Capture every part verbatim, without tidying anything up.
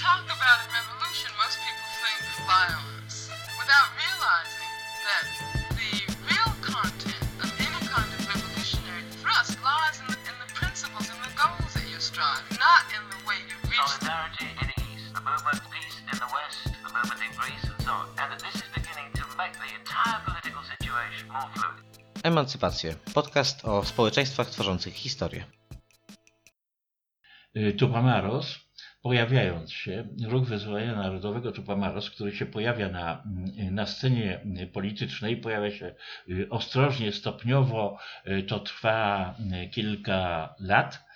talk about a revolution, most people think violence, without realizing that the real content of any kind of revolutionary thrust lies in the, in the principles and the goals that you strive, not in the way you reach them. Solidarity in the East, the movement peace in the West, the movement in Greece and so on. And that this is beginning to make the entire political situation more fluid. Emancypacje. Podcast o społeczeństwach tworzących historię. Tupamaros, pojawiając się, ruch wyzwolenia narodowego Tupamaros, który się pojawia na, na scenie politycznej, pojawia się ostrożnie, stopniowo, to trwa kilka lat.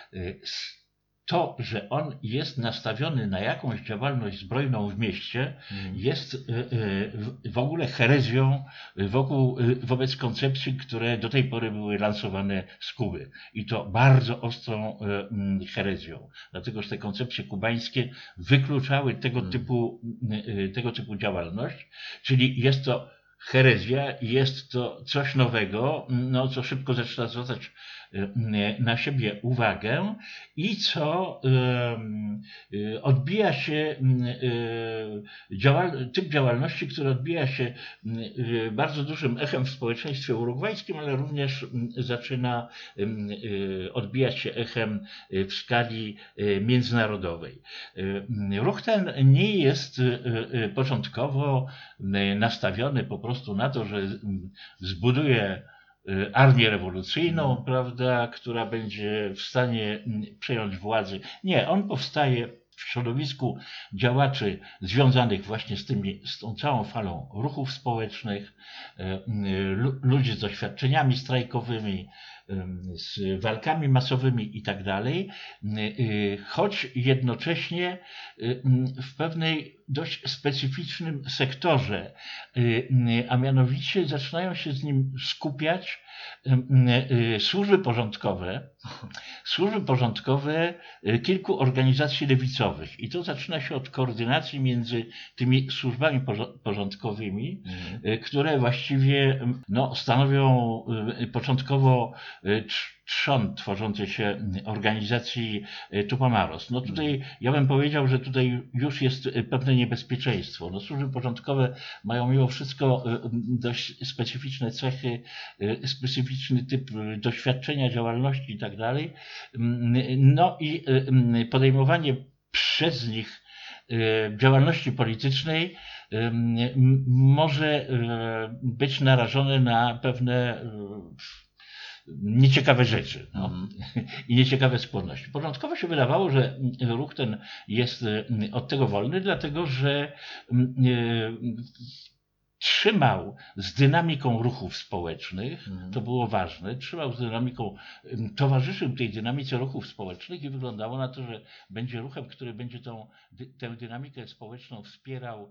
To, że on jest nastawiony na jakąś działalność zbrojną w mieście, mm. jest w ogóle herezją wokół, wobec koncepcji, które do tej pory były lansowane z Kuby. I to bardzo ostrą herezją. Dlatego, że te koncepcje kubańskie wykluczały tego, mm. typu, tego typu działalność. Czyli jest to herezja, jest to coś nowego, no, co szybko zaczyna zwracać na siebie uwagę i co odbija się, działal, typ działalności, który odbija się bardzo dużym echem w społeczeństwie urugwajskim, ale również zaczyna odbijać się echem w skali międzynarodowej. Ruch ten nie jest początkowo nastawiony po prostu na to, że zbuduje armię rewolucyjną, hmm. prawda, która będzie w stanie przejąć władzę. Nie, on powstaje w środowisku działaczy związanych właśnie z, tymi, z tą całą falą ruchów społecznych, ludzi z doświadczeniami strajkowymi, z walkami masowymi i tak dalej, choć jednocześnie w pewnej dość specyficznym sektorze, a mianowicie zaczynają się z nim skupiać służby porządkowe, służby porządkowe kilku organizacji lewicowych. I to zaczyna się od koordynacji między tymi służbami porządkowymi, mhm. które właściwie no, stanowią początkowo trzon tworzącej się organizacji Tupamaros. No tutaj ja bym powiedział, że tutaj już jest pewne niebezpieczeństwo. No, służby porządkowe mają mimo wszystko dość specyficzne cechy, specyficzny typ doświadczenia, działalności i tak dalej. No i podejmowanie przez nich działalności politycznej może być narażone na pewne nieciekawe rzeczy no. mm. i nieciekawe skłonności. Początkowo się wydawało, że ruch ten jest od tego wolny, dlatego że trzymał z dynamiką ruchów społecznych, mm. to było ważne, trzymał z dynamiką, towarzyszył tej dynamice ruchów społecznych i wyglądało na to, że będzie ruchem, który będzie tą, tę dynamikę społeczną wspierał